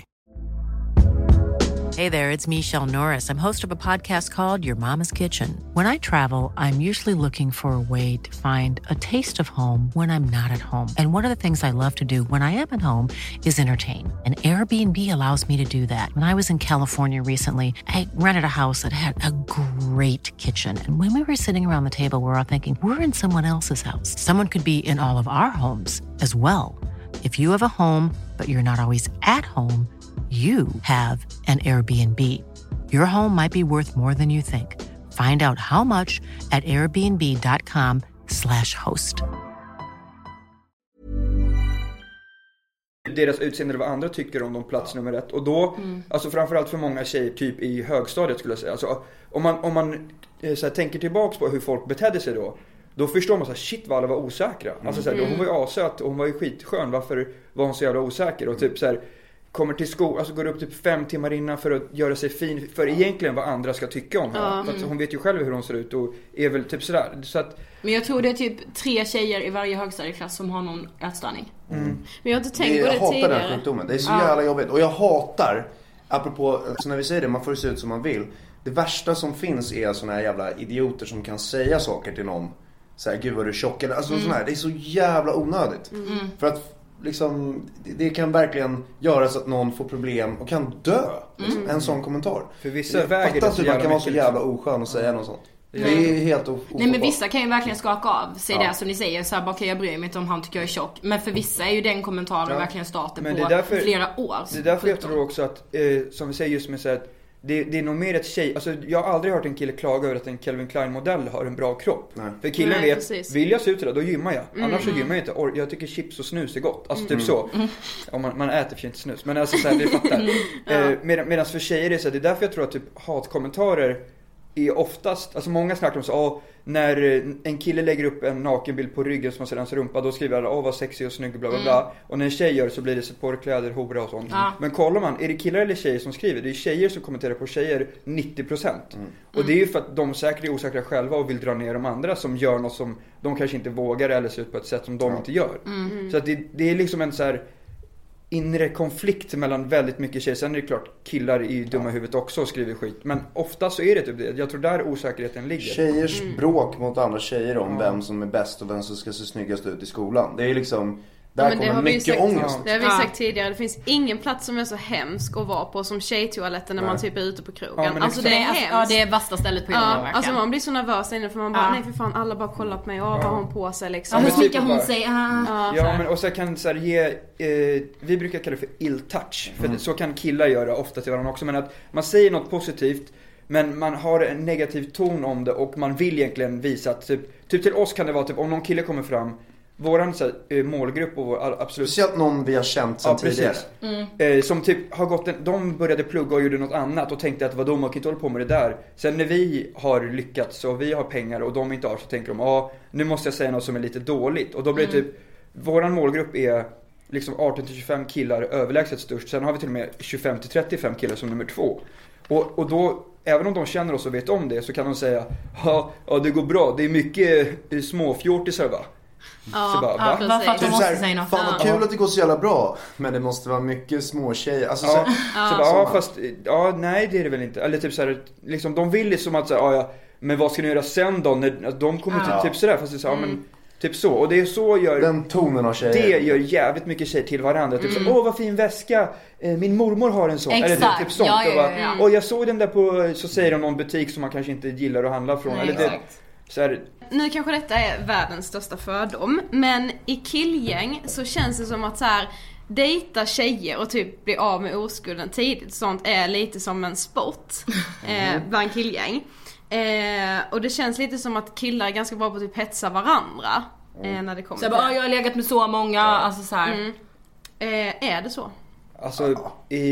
Hey there, it's Michelle Norris. I'm host of a podcast called Your Mama's Kitchen. When I travel, I'm usually looking for a way to find a taste of home when I'm not at home. And one of the things I love to do when I am at home is entertain. And Airbnb allows me to do that. When I was in California recently, I rented a house that had a great kitchen. And when we were sitting around the table, we were all thinking, we're in someone else's house. Someone could be in all of our homes as well. If you have a home, but you're not always at home, you have an Airbnb. Your home might be worth more than you think. Find out how much at airbnb.com slash host. Deras utseende, vad andra tycker om de plats nummer ett. Och då, mm. alltså framförallt för många tjejer typ i högstadiet skulle jag säga. Alltså, om man, om man så här, tänker tillbaks på hur folk betedde sig då, då förstår man så här, shit vad alla var osäkra. Alltså så här, mm. hon var ju asöt och hon var ju skitskön. Varför var hon så jävla osäker? Och typ så här, kommer till skolan, alltså går upp typ fem timmar innan för att göra sig fin, för egentligen vad andra ska tycka om henne. Ja. För att hon vet ju själv hur hon ser ut och är väl typ sådär. Så att, men jag tror det är typ tre tjejer i varje högstadieklass som har någon ätstörning. Mm. Men jag har inte tänkt det, på det jag tidigare. Jag hatar den sjukdomen, det är så ja. jävla jobbigt. Och jag hatar, apropå, så när vi säger det, man får se ut som man vill. Det värsta som finns är såna här jävla idioter som kan säga saker till någon. Såhär, gud vad du är tjock. Eller, alltså mm. sån här, det är så jävla onödigt. Mm. För att liksom, det kan verkligen göra så att någon får problem och kan dö. Liksom. Mm. En sån kommentar. För vissa väger det så jävla man kan vara så jävla oskön och säga något sånt. Det är helt o- Nej, men vissa kan ju verkligen skaka av sig ja. det som ni säger. Så här, bara, okay, jag bryr mig inte om han tycker jag är tjock. Men för vissa är ju den kommentaren ja. verkligen starten på därför, flera år. Det är därför jag tror också att, eh, som vi säger just med så att Det, det är nog mer ett tjej, alltså jag har aldrig hört en kille klaga över att en Calvin Klein-modell har en bra kropp. Nej. För killen Nej, vet, precis. vill jag se ut så där, då gymmar jag. Mm. Annars så gymmar jag inte. Jag tycker chips och snus är gott. Alltså mm. typ så. Mm. Ja, man, man äter för inte snus. Men alltså så här, vi fattar. Mm. Ja. Eh, med, medan för tjejer är det så här, det är därför jag tror att typ hatkommentarer är oftast, alltså många snackar om så, ah, när en kille lägger upp en nakenbild på ryggen som man ser hans rumpa, då skriver alla, åh vad sexig och snygg bla bla bla. Mm. Och när en tjej gör så blir det så porrkläder, hora och sånt. Ja. Men kollar man, är det killar eller tjejer som skriver? Det är tjejer som kommenterar på tjejer nittio procent. Mm. Och det är ju för att de säkert är osäkra själva och vill dra ner de andra som gör något som de kanske inte vågar eller ser ut på ett sätt som de ja. inte gör. Mm. Så att det, det är liksom en så här inre konflikt mellan väldigt mycket tjejer. Sen är det klart, killar är ju dumma i huvudet också och skriver skit. Men ofta så är det typ det. Jag tror där osäkerheten ligger. Tjejers mm. bråk mot andra tjejer om ja. vem som är bäst och vem som ska se snyggast ut i skolan. Det är liksom, där ja, kommer mycket sagt, ångest. Det har vi sagt tidigare. Det finns ingen plats som är så hemsk att vara på som tjejtoaletten när nej. man typ är ute på krogen. Ja, alltså det är hemskt. Ja, det är värsta stället på jorden. Ja, alltså man blir så nervös inne för man bara, ja. nej för fan, alla bara kollar på mig. Och ja. vad har hon på sig liksom. Ja, hur smickar hon sig? Ja, ja, ja men och så kan så här, ge, eh, vi brukar kalla det för ill-touch. För mm. så kan killar göra ofta till varandra också. Men att man säger något positivt, men man har en negativ ton om det och man vill egentligen visa att typ, typ till oss kan det vara typ om någon kille kommer fram, våran så här, målgrupp och vår absolut speciellt någon vi har känt sedan ja, tidigare mm. eh, som typ har gått en, de började plugga och gjorde något annat och tänkte att vad de kan inte hålla på med det där. Sen när vi har lyckats och vi har pengar och de inte har, så tänker de ja ah, nu måste jag säga något som är lite dåligt. Och då blir mm. typ våran målgrupp är liksom arton till tjugofem killar överlägset störst. Sen har vi till och med tjugofem till trettiofem killar som nummer två. Och, och då, även om de känner oss och vet om det, så kan de säga ja, ja det går bra, det är mycket småfjortisar va. Ja, så bara, ja, va? varför att de typ måste såhär, säga något. fan vad kul att det går så jävla bra. Men det måste vara mycket små tjejer. Alltså, ja. så, ja. så bara, ja fast, ja nej det är det väl inte. Eller typ såhär, liksom de vill ju som att säga, ja ja, men vad ska ni göra sen då? När, alltså, de kommer ja. till typ sådär, fast det är så, mm. ja men typ så. Och det är så gör, den tonen av tjejer. Det gör jävligt mycket tjejer till varandra. Typ mm. så, åh vad fin väska, eh, min mormor har en sån. Exakt. Eller typ sånt. Ja, ja, ja, ja. Och, bara, och jag såg den där på, så säger de någon butik som man kanske inte gillar att handla från. Nej, eller det, så här, nu kanske detta är världens största fördom, men i killgäng så känns det som att så här, dejta tjejer och typ bli av med oskulden tidigt, sånt är lite som en sport eh, bland killgäng. Eh, och det känns lite som att killar är ganska bra på att typ hetsa varandra eh, när det kommer så till bara, jag har legat med så många, ja. alltså så här. Mm. Eh, är det så? Alltså i,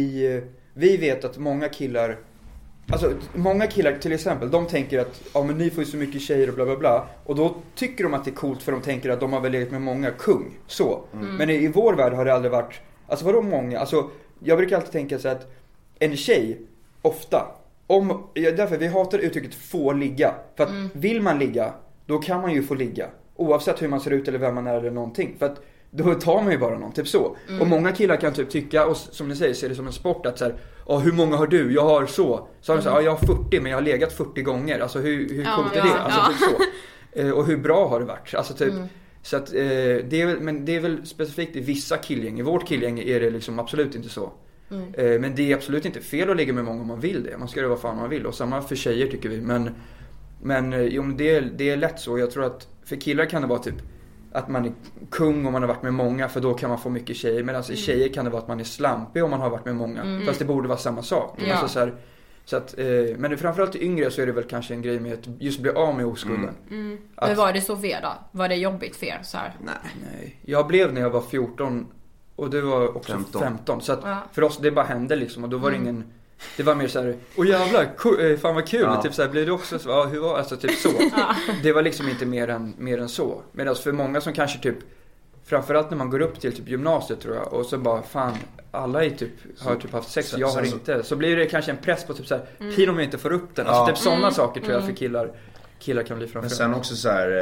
i vi vet att många killar, alltså många killar till exempel, de tänker att ja men ni får ju så mycket tjejer och bla bla bla, och då tycker de att det är coolt för de tänker att de har väl legat med många kung så. Mm. Men i, i vår värld har det aldrig varit, alltså vadå många, alltså jag brukar alltid tänka så att en tjej ofta, om, därför vi hatar uttrycket få ligga, för att mm. vill man ligga då kan man ju få ligga oavsett hur man ser ut eller vem man är eller någonting, för att då tar man ju bara någon, typ så. Mm. Och många killar kan typ tycka, och som ni säger, ser det som en sport att så här, ja hur många har du? Jag har så. Så har de så här, ja jag har fyrtio men jag har legat fyrtio gånger. Alltså hur, hur ja, coolt är ja, det? Alltså ja. typ så. Eh, och hur bra har det varit? Alltså typ, mm. så att eh, det är väl, men det är väl specifikt i vissa killgäng. I vårt killgäng är det liksom absolut inte så. Mm. Eh, men det är absolut inte fel att ligga med många om man vill det. Man ska göra vad fan man vill. Och samma för tjejer tycker vi. Men, men eh, jo, det, är, det är lätt så. Jag tror att för killar kan det vara typ att man är kung om man har varit med många, för då kan man få mycket tjejer. Medan alltså, i tjejer kan det vara att man är slampig om man har varit med många. Mm. Fast det borde vara samma sak. Ja. Alltså, så här, så att, eh, men framförallt i yngre så är det väl kanske en grej med att just bli av med oskulden. Mm. Mm. Att, men var det så för er då? Var det jobbigt för er? Så här? Nej. Nej. Jag blev när jag var fjorton och du var också femton. femton. Så att ja. För oss det bara hände liksom, och då var det mm. ingen... Det var mer så här, åh jävlar, fan vad kul, ja. Typ så här, blir det också så, ja, hur var, alltså typ så. Ja. Det var liksom inte mer än, mer än så. Medan för många som kanske typ, framförallt när man går upp till typ gymnasiet tror jag, och så bara, fan, alla är typ, har typ haft sex, så, jag har så, inte. Så blir det kanske en press på typ så här, mm. pin om jag inte får upp den. Alltså ja. Typ sådana mm. saker tror jag för killar, killar kan bli framförallt. Men sen också så här,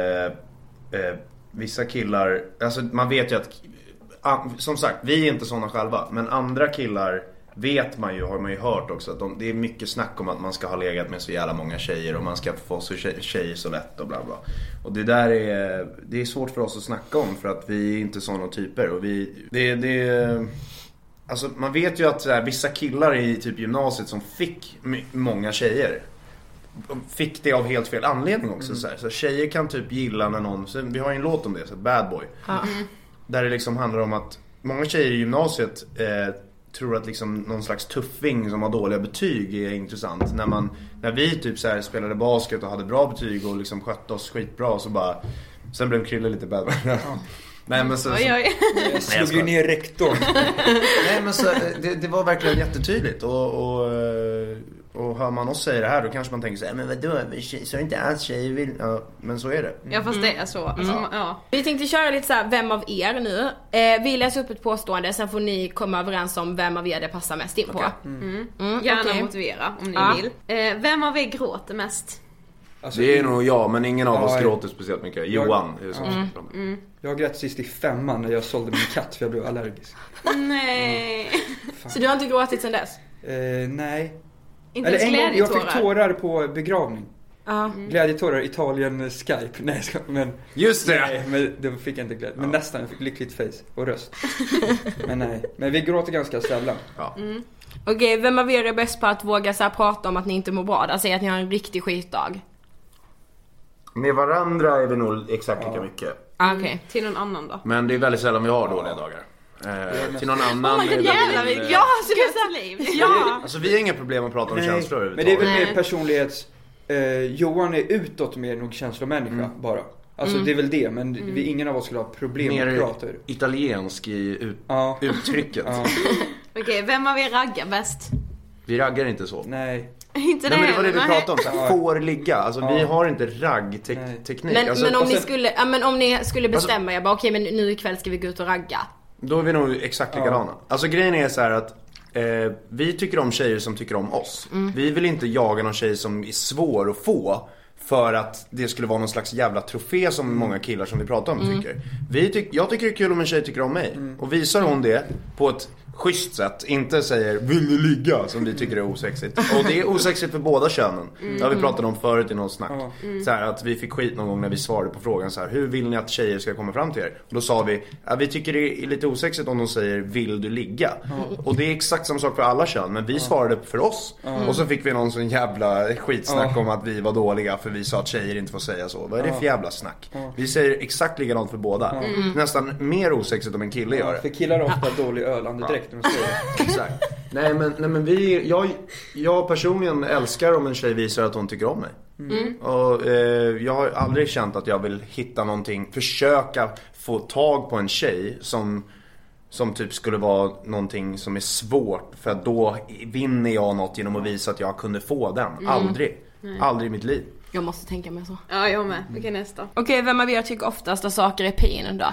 eh, eh, vissa killar, alltså man vet ju att, ah, som sagt, vi är inte sådana själva, men andra killar vet man ju, har man ju hört också att de, det är mycket snack om att man ska ha legat med så jävla många tjejer och man ska få så tjej, tjejer så lätt och bla bla. Och det där är, det är svårt för oss att snacka om för att vi är inte sådana typer och vi, det, det alltså man vet ju att så här, vissa killar i typ gymnasiet som fick m- många tjejer fick det av helt fel anledning också. Mm. Så, här. Så tjejer kan typ gilla när någon, så vi har ju en låt om det, så Bad Boy. Mm. Där det liksom handlar om att många tjejer i gymnasiet eh, tror att liksom någon slags tuffing som har dåliga betyg är intressant. När man, när vi typ så här spelade basket och hade bra betyg och liksom skötte oss skitbra, så bara, sen blev Krille lite bad. Nej men så, oj, oj. Jag slog ju ner rektorn. Nej men så det, det var verkligen jättetydligt och, och, och hör man oss säga det här då kanske man tänker så här, men vadå, så är inte alls tjejer vill, ja, men så är det. Ja fast det är så. Alltså, mm. ja. Vi tänkte köra lite så här, vem av er nu? Eh, vi läser upp ett påstående, sen får ni komma överens om vem av er det passar mest in på. Okay. Mm. Mm. Mm. Gärna okay. motivera om ni ja. vill. Eh, vem av er gråter mest? Alltså, det är nog jag, men ingen av ja, oss gråter speciellt mycket. Johan är så. Mm. Mm. Jag grät sist i femman när jag sålde min katt för jag blev allergisk. Nej. Mm. Så du har inte gråtit sedan dess? Eh, nej. Inte Eller en gång, jag fick tårar på begravning. Mm. Glädjetårar, Italien, Skype. Nej, men just det. Nej, men det fick jag inte glädje. Men ja. nästan, jag fick lyckligt face och röst. Men nej, men vi gråter ganska sällan. Ja. Mm. Okej, okay, vem av er är bäst på att våga så här prata om att ni inte mår bra? Alltså att ni har en riktig skitdag. Med varandra är det nog exakt lika ja. mycket. Ah, okej. Okay. Till någon annan då? Men det är väldigt sällan vi har dåliga dagar. Eh, till någon annan. Oh my God, jävlar, vi, ja, så det liv. Ja. Alltså vi har inga problem att prata om Nej, känslor. Men det är väl mer personlighets. Eh, Johan är utåt mer nog känslomänniska mm. bara. Alltså mm. det är väl det, men mm. vi, ingen av oss skulle ha problem med att prata. Mer italiensk i ut, ja. uttrycket. Ja. Okej, okay, vem av er raggar bäst? Vi raggar inte så. Nej. Inte det. Nej, men det var det vi pratade om, så här, får ligga. Alltså ja. vi har inte raggteknik. Men, alltså, men om alltså, ni skulle ja, men om ni skulle bestämma alltså, jag bara okej, okay, men nu ikväll ska vi gå ut och ragga. Då är vi nog exakt likadana. Ja. Alltså grejen är så här att eh, vi tycker om tjejer som tycker om oss. Mm. Vi vill inte jaga någon tjej som är svår att få. för att det skulle vara någon slags jävla trofé som många killar som vi pratar om mm. tycker. Vi tyck, jag tycker det är kul om en tjej tycker om mig. Mm. Och visar hon det på ett schysst sätt, inte säger vill du ligga, som vi tycker är osexigt. Och det är osexigt för båda könen. Mm. Det har vi pratat om förut i någon snack. Mm. Så här, att vi fick skit någon gång när vi svarade på frågan så här: hur vill ni att tjejer ska komma fram till er? Och då sa vi, ja, vi tycker det är lite osexigt om de säger vill du ligga. Mm. Och det är exakt samma sak för alla kön, men vi mm. svarade för oss. Mm. Och så fick vi någon sån jävla skitsnack mm. om att vi var dåliga för vi sa att tjejer inte får säga så. Vad är det för jävla snack? Mm. Vi säger exakt likadant för båda. Mm. Nästan mer osexigt om en kille gör det. För killar har ofta dålig ölande direkt. Exakt. Nej men, nej, men vi, jag, jag personligen älskar om en tjej visar att hon tycker om mig. Mm. Och eh, jag har aldrig känt att jag vill hitta någonting, försöka få tag på en tjej som, som typ skulle vara någonting som är svårt, för att då vinner jag något genom att visa att jag kunde få den. Mm. Aldrig. Nej. Aldrig i mitt liv. Jag måste tänka mig så. Ja, jag med. Vilken nästa? Okej, okay, vem av er tycker oftast att saker är pin då?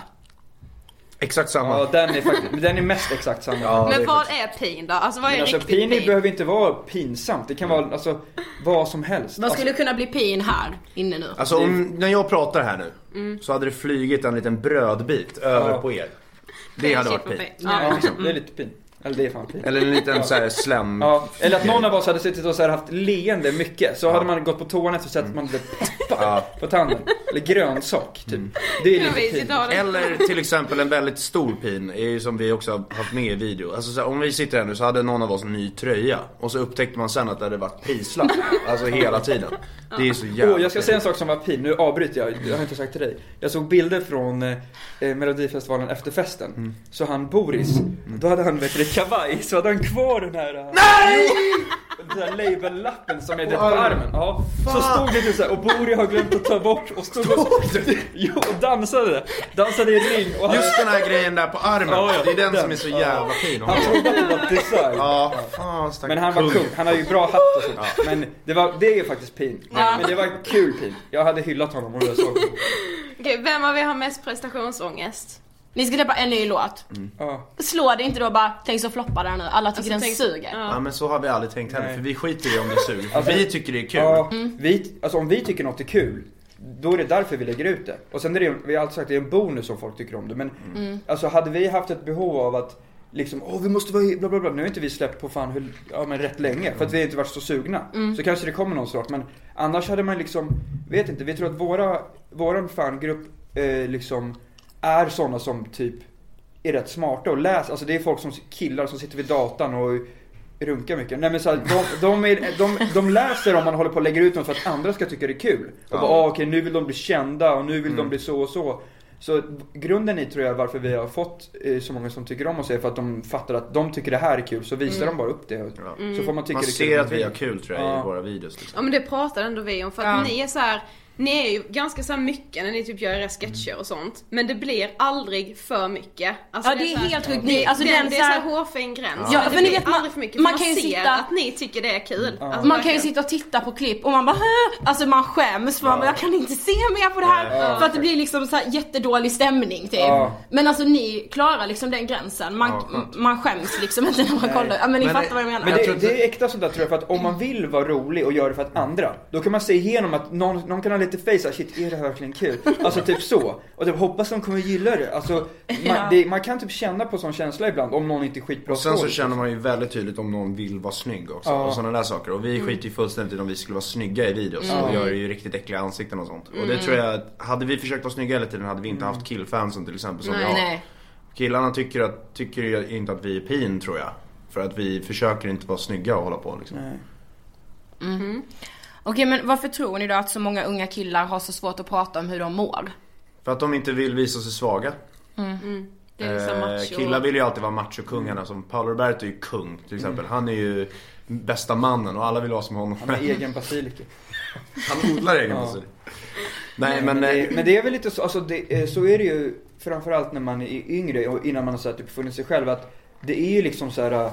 Exakt samma. Ja, den är faktiskt, den är mest exakt samma. Ja, men är vad faktiskt. Är pin då? Alltså vad är alltså, riktigt pin? pin? Behöver inte vara pinsamt. Det kan vara alltså vad som helst. Vad skulle alltså, kunna bli pin här inne nu? Alltså om, när jag pratar här nu mm. så hade det flygit en liten brödbit över ja. på er. Det, det hade varit pin. Ja, ja, liksom. Det är lite pin. Eller det är fan pin. Eller en liten så här slem. Ja. Eller att någon av oss hade suttit och så här haft leende mycket. Så ja. hade man gått på toan så sätter man det peppa ja. på tanden. Eller grönsak typ. Mm. Det är lite pin. Eller till exempel en väldigt stor pin är ju som vi också har haft med i video. Alltså så här, om vi sitter här nu så hade någon av oss en ny tröja. Och så upptäckte man sen att det hade varit prislapp. Alltså hela tiden. Det är så jävla oh, jag ska säga en sak som var pin. Nu avbryter jag. Jag har inte sagt till dig. Jag såg bilder från eh, Melodifestivalen efter festen. Mm. Så han Boris, mm. då hade han vet du, kavaj. Så hade han kvar den här Nej! Den där label-lappen som är det på armen. Ja. Så stod det typ så här, och Boris har glömt att ta bort och stod och, jo, och dansade. Dansade i ring och just han... den här grejen där på armen. Ja, ja, det är den, den som är så jävla fin. Han trodde att det var design. Ja, fan, men han var kung. Han har ju bra hatt och sånt. Ja. Men det var det är ju faktiskt pin. Ja. Men det var kul pin. Jag hade hyllat honom om jag såg. Okej, vem av er har mest prestationsångest? Ni ska släppa en ny låt. Mm. Ja. Slå det inte då bara, tänk så floppa där nu. Alla tycker alltså, den tänk... suger. Ja. ja, men så har vi aldrig tänkt heller. För vi skiter i om det suger. För alltså, vi tycker det är kul. Ja, mm. vi, alltså om vi tycker något är kul, då är det därför vi lägger ut det. Och sen är det, vi har alltid sagt att det är en bonus om folk tycker om det. Men mm. alltså hade vi haft ett behov av att liksom, åh vi måste vara bla bla bla. Nu har inte vi släppt på fan hur, ja, men rätt länge. För att vi inte varit så sugna. Mm. Så kanske det kommer någon snart. Men annars hade man liksom, vet inte, vi tror att våra, våran fangrupp eh, liksom är sådana som typ är rätt smarta och läser. Alltså det är folk som killar som sitter vid datan och runkar mycket. Nej men så här, de, de, är, de, de läser om man håller på att lägga ut dem för att andra ska tycka det är kul. Och ja. bara, ah, okej nu vill de bli kända och nu vill mm. de bli så och så. Så grunden i tror jag varför vi har fått eh, så många som tycker om oss är för att de fattar att de tycker det här är kul. Så visar mm. de bara upp det. Mm. Så får man tycka man det är ser kul. Att vi har kul tror jag ja. i våra videos. Liksom. Ja men det pratar ändå vi om för att ja. ni är så här. Ni är ju ganska så här mycket när ni typ gör era sketcher och sånt. Men det blir aldrig för mycket. Alltså ja, det är, det är helt sjukt. Det, alltså, det, den, det är så här hårfin gräns. Ja, ja men det blir vet, aldrig för mycket. Man, man kan ju ser sitta, att ni tycker det är kul. Mm. Alltså, man kan ju sitta och titta på klipp och man bara, alltså man skäms för ja. man bara, jag kan inte se mer på det här. Ja. För att det blir liksom så här jättedålig stämning typ. Ja. Men alltså ni klarar liksom den gränsen. Man, ja, man skäms liksom inte när man kollar. Ja, men ni men fattar vad jag menar. Men det, det är äkta sånt där tror jag. För att om man vill vara rolig och göra det för att andra, då kan man se igenom att någon, någon kan ha lite face. Shit, är det verkligen kul? Alltså typ så. Och typ hoppas de kommer gilla det. Alltså man, ja. det, man kan typ känna på sån känsla ibland om någon inte är skitbra. Och sen så känner man ju väldigt tydligt om någon vill vara snygg också. Ja. Och sådana där saker. Och vi skiter ju fullständigt om vi skulle vara snygga i videos. Mm. Och gör ju riktigt äckliga ansikten och sånt. Mm. Och det tror jag, hade vi försökt vara snygga hela tiden hade vi inte mm. haft killfansen till exempel som nej, jag. Nej. Killarna tycker, att, tycker inte att vi är pin tror jag. För att vi försöker inte vara snygga och hålla på liksom. Nej. Mm. Okej, men varför tror ni då att så många unga killar har så svårt att prata om hur de mår? För att de inte vill visa sig svaga. Mm. Mm. Det är liksom eh, killar vill ju alltid vara machokungarna. Som Paolo Roberto är ju kung till exempel. Mm. Han är ju bästa mannen och alla vill vara som honom. Han har egen basilika. Han odlar egen ja. basilika. Nej, men, men, det, men det är väl lite så, alltså det, så är det ju framförallt när man är yngre och innan man har så här, typ, funnit sig själv att det är ju liksom så här.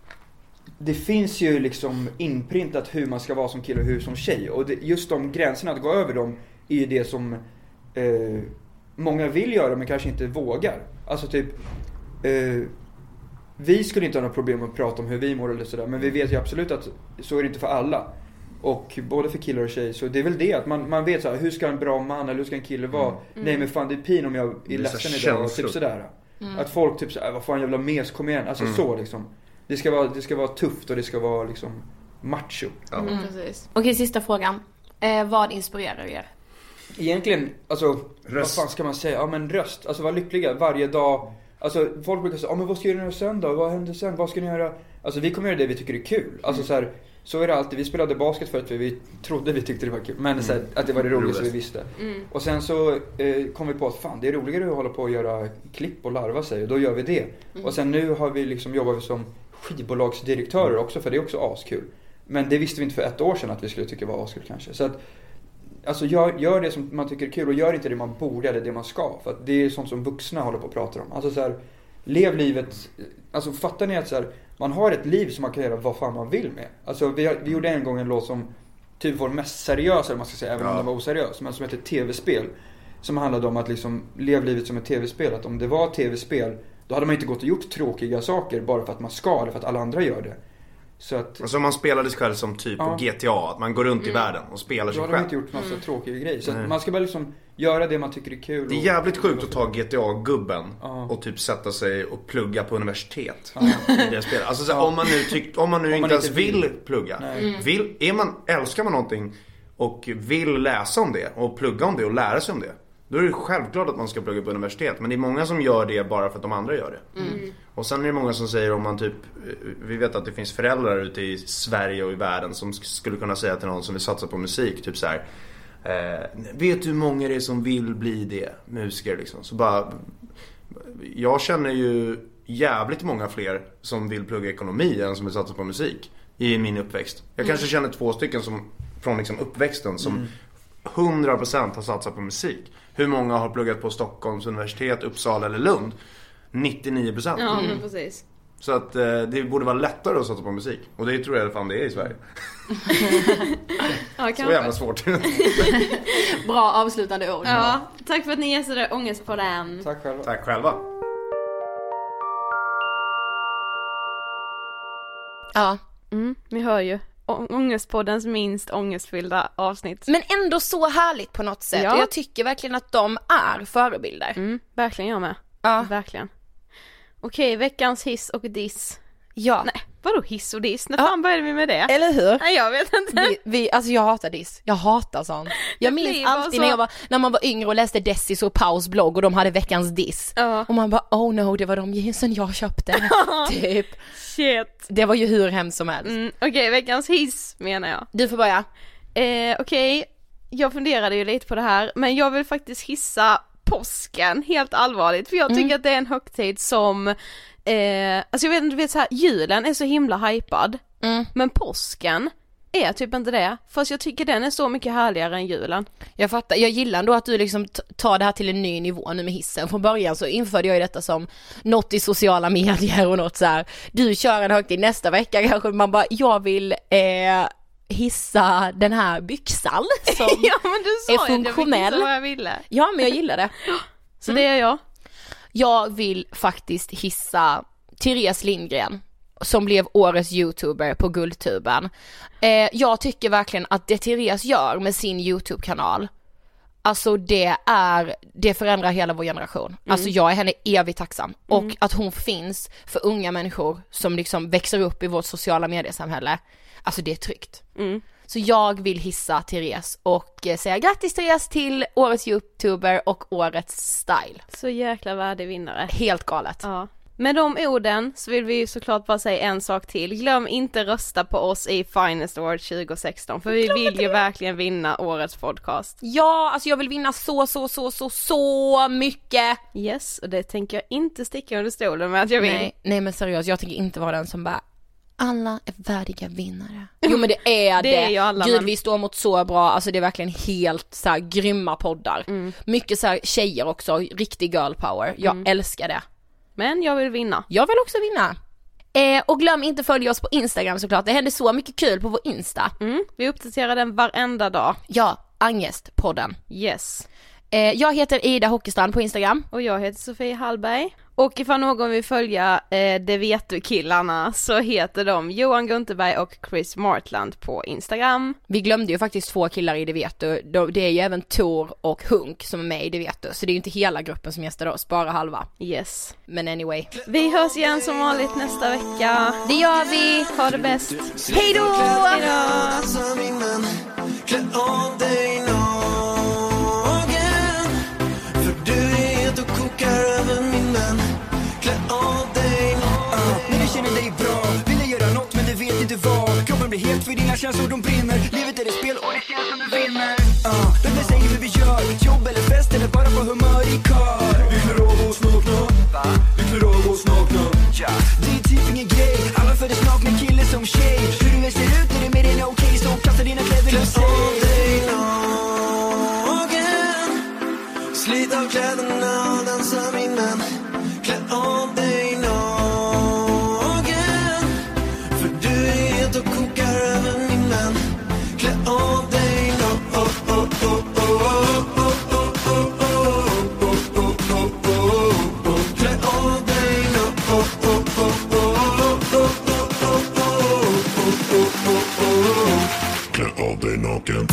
Det finns ju liksom inprintat hur man ska vara som kille och hur som tjej. Och det, just de gränserna, att gå över dem, är ju det som eh, många vill göra men kanske inte vågar. Alltså typ eh, vi skulle inte ha några problem att prata om hur vi mår eller sådär. Men vi vet ju absolut att så är det inte för alla. Och både för killar och tjejer. Så det är väl det att man, man vet så här, hur ska en bra man eller hur ska en kille vara? Mm. Nej men fan det är pin om jag är ledsen idag och typ sådär. Mm. Att folk typ såhär, vad fan jävla mes, kom igen. Alltså mm. så liksom. Det ska, vara, det ska vara tufft och det ska vara liksom macho. Ja. Mm. Precis. Okej, sista frågan. Eh, vad inspirerar er? Egentligen, alltså röst. Vad fan ska man säga? Ja men röst, alltså vara lyckliga varje dag. Alltså folk brukar säga, ja men vad ska du göra sen då? Vad händer sen? Vad ska ni göra? Alltså vi kommer göra det vi tycker är kul. Alltså mm. så här, så är det alltid. Vi spelade basket för att vi, vi trodde vi tyckte det var kul. Men mm. så här, att det var det roligaste vi visste. Mm. Och sen så eh, kom vi på att fan det är roligare att hålla på och göra klipp och larva sig. Och då gör vi det. Mm. Och sen nu har vi liksom jobbat som skivbolagsdirektörer också. För det är också askul. Men det visste vi inte för ett år sedan att vi skulle tycka var askul kanske. Så att alltså gör, gör det som man tycker är kul och gör inte det man borde eller det man ska. För att det är sånt som vuxna håller på att prata om. Alltså så här, lev livet. Alltså fattar ni att så här, man har ett liv som man kan göra vad fan man vill med. Alltså vi, vi gjorde en gång en låt som typ var mest seriösa, man ska säga, även ja. om den var oseriös. Men som heter tv-spel. Som handlade om att liksom leva livet som ett tv-spel. Att om det var tv-spel, då hade man inte gått och gjort tråkiga saker bara för att man ska eller för att alla andra gör det. Så att, alltså man spelade sig själv som typ ja. på G T A. Att man går runt mm. i världen och spelar sig själv. Då har de inte gjort massa mm. tråkiga grejer. Så att man ska bara liksom göra det man tycker är kul. Det är jävligt och, sjukt att ta G T A-gubben ja. och typ sätta sig och plugga på universitet. Ja. I det spelet. Alltså så, ja. om man nu, tyck, om man nu om inte man ens inte vill, vill plugga. Mm. Vill, är man, älskar man någonting och vill läsa om det och plugga om det och lära sig om det. Då är det självklart att man ska plugga på universitet. Men det är många som gör det bara för att de andra gör det. Mm. Och sen är det många som säger om man typ... Vi vet att det finns föräldrar ute i Sverige och i världen som skulle kunna säga till någon som vill satsa på musik. Typ så här. Eh, vet du hur många det är som vill bli det? Musiker liksom. Så bara... Jag känner ju jävligt många fler som vill plugga ekonomi än som vill satsa på musik. I min uppväxt. Jag kanske mm. känner två stycken som från liksom uppväxten som... Mm. hundra procent har satsat på musik. Hur många har pluggat på Stockholms universitet, Uppsala eller Lund? nittionio procent. Ja, men precis. Så att eh, det borde vara lättare att satsa på musik. Och det tror jag fan det är i Sverige. Ja, så jävla svårt. Bra avslutande ord. Ja, tack för att ni gästade Ångest på den. Tack själva. Tack själva. Ja. Mm, ni hör ju. Ångestpoddens minst ångestfyllda avsnitt. Men ändå så härligt på något sätt. Ja. Och jag tycker verkligen att de är förebilder. Mm, verkligen jag med. Ja. Verkligen. Okej, veckans hiss och diss. Ja. Nej, vadå hiss och diss? När ja. fan började vi med det? Eller hur? Nej, jag vet inte. Vi, vi, alltså jag hatar diss. Jag hatar sånt. Jag minns alltid så... när, jag var, när man var yngre och läste Dessis och Paus blogg och de hade veckans diss. Ja. Och man bara, oh no, det var de jeansen jag köpte. Typ. Shit. Det var ju hur hemskt som helst. Mm, Okej, okay, veckans hiss menar jag. Du får börja. Eh, Okej, okay. Jag funderade ju lite på det här. Men jag vill faktiskt hissa påsken, helt allvarligt. För jag tycker mm. att det är en högtid som... Eh, alltså jag vet inte, du vet så här, julen är så himla hypad. Mm. Men påsken är typ inte det. Fast jag tycker den är så mycket härligare än julen. Jag fattar, jag gillar ändå att du liksom t- tar det här till en ny nivå nu med hissen. Från början så införde jag ju detta som något i sociala medier och något så här. Du kör en högtid nästa vecka kanske man bara, jag vill eh, hissa den här byxan som ja, men du sa är funktionell. Jag, jag ville. Ja, men jag gillar det. Så mm. det är jag. Jag vill faktiskt hissa Therese Lindgren som blev årets YouTuber på Guldtuben. Eh, jag tycker verkligen att det Therese gör med sin YouTube-kanal, alltså det är, det förändrar hela vår generation. Mm. Alltså jag är henne evigt tacksam. Mm. Och att hon finns för unga människor som liksom växer upp i vårt sociala mediesamhälle. Alltså det är tryggt. Mm. Så jag vill hissa Therese och säga grattis Therese till årets YouTuber och årets style. Så jäkla värdig vinnare. Helt galet. Ja. Med de orden så vill vi ju såklart bara säga en sak till. Glöm inte rösta på oss i Finest Award tjugo sexton. För vi vill ju verkligen vinna årets podcast. Ja, alltså jag vill vinna så, så, så, så, så mycket. Yes, och det tänker jag inte sticka under stolen med att jag vill. Nej, nej men seriöst, jag tänker inte vara den som bara alla är värdiga vinnare. Jo men det är det. Det är ju alla. Gud, men... vi står mot så bra. Alltså det är verkligen helt så här grymma poddar. Mm. Mycket så här tjejer också, riktig girl power. Jag mm. älskar det. Men jag vill vinna. Jag vill också vinna. Eh, och glöm inte följa oss på Instagram såklart. Det händer så mycket kul på vår Insta. Mm. Vi uppdaterar den varenda dag. Ja, Angestpodden. Yes. Eh, jag heter Ida Hockestrand på Instagram. Och jag heter Sofie Hallberg. Och ifall någon vill följa eh, Det vet du killarna så heter de Johan Gunterberg och Chris Martland på Instagram. Vi glömde ju faktiskt två killar i Det vet du. Det är ju även Tor och Hunk som är med i Det vet du. Så det är ju inte hela gruppen som gästar oss, bara halva. Yes. Men anyway. Vi hörs igen som vanligt nästa vecka. Det gör vi. Ha det bäst. Hej då! Hej då! blir helt för dina känslor, de brinner. Livet är ett spel och det känns som du vinner. uh, Vem vill säga hur vi gör? Jobb eller fest eller bara på humör i kör? Vi klär av oss nakna. Va? Vi klär av oss nakna. Ja. Det är typ ingen grej. Alla föder smak med kille som tjej. Hur du än ser ut är det mer än okej okay. Så kasta dina kläder och säg av dig naken. Slit av kläderna och dansa min vän. Klä av dig naken. För du är helt och kokar över min vän. Klä av dig naken. Klä av dig naken. Klä av dig naken.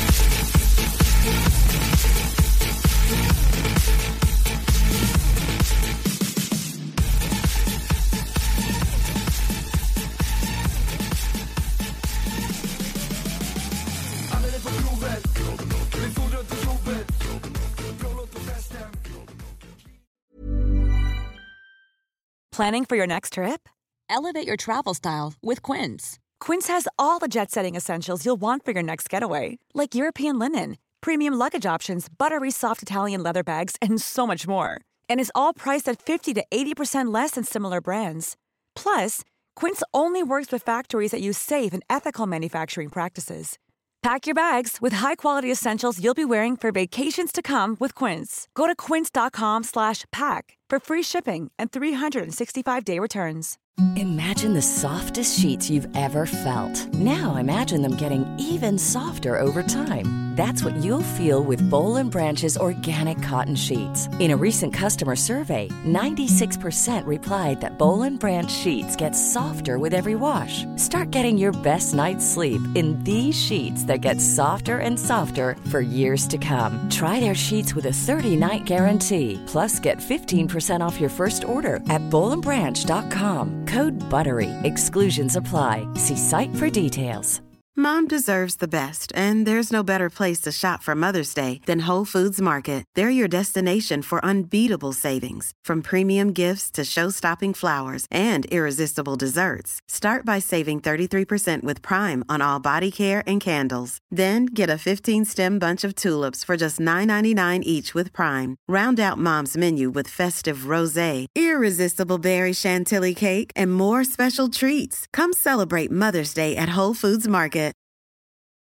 Planning for your next trip? Elevate your travel style with Quince. Quince has all the jet-setting essentials you'll want for your next getaway, like European linen, premium luggage options, buttery soft Italian leather bags, and so much more. And is all priced at fifty to eighty percent less than similar brands. Plus, Quince only works with factories that use safe and ethical manufacturing practices. Pack your bags with high-quality essentials you'll be wearing for vacations to come with Quince. Go to quince.com slash pack for free shipping and three sixty-five day returns. Imagine the softest sheets you've ever felt. Now imagine them getting even softer over time. That's what you'll feel with Boll and Branch's organic cotton sheets. In a recent customer survey, ninety-six percent replied that Boll and Branch sheets get softer with every wash. Start getting your best night's sleep in these sheets that get softer and softer for years to come. Try their sheets with a thirty-night guarantee. Plus, get fifteen percent off your first order at boll and branch dot com. Code BUTTERY. Exclusions apply. See site for details. Mom deserves the best, and there's no better place to shop for Mother's Day than Whole Foods Market. They're your destination for unbeatable savings, from premium gifts to show-stopping flowers and irresistible desserts. Start by saving thirty-three percent with Prime on all body care and candles. Then get a fifteen-stem bunch of tulips for just nine ninety-nine each with Prime. Round out Mom's menu with festive rosé, irresistible berry chantilly cake, and more special treats. Come celebrate Mother's Day at Whole Foods Market.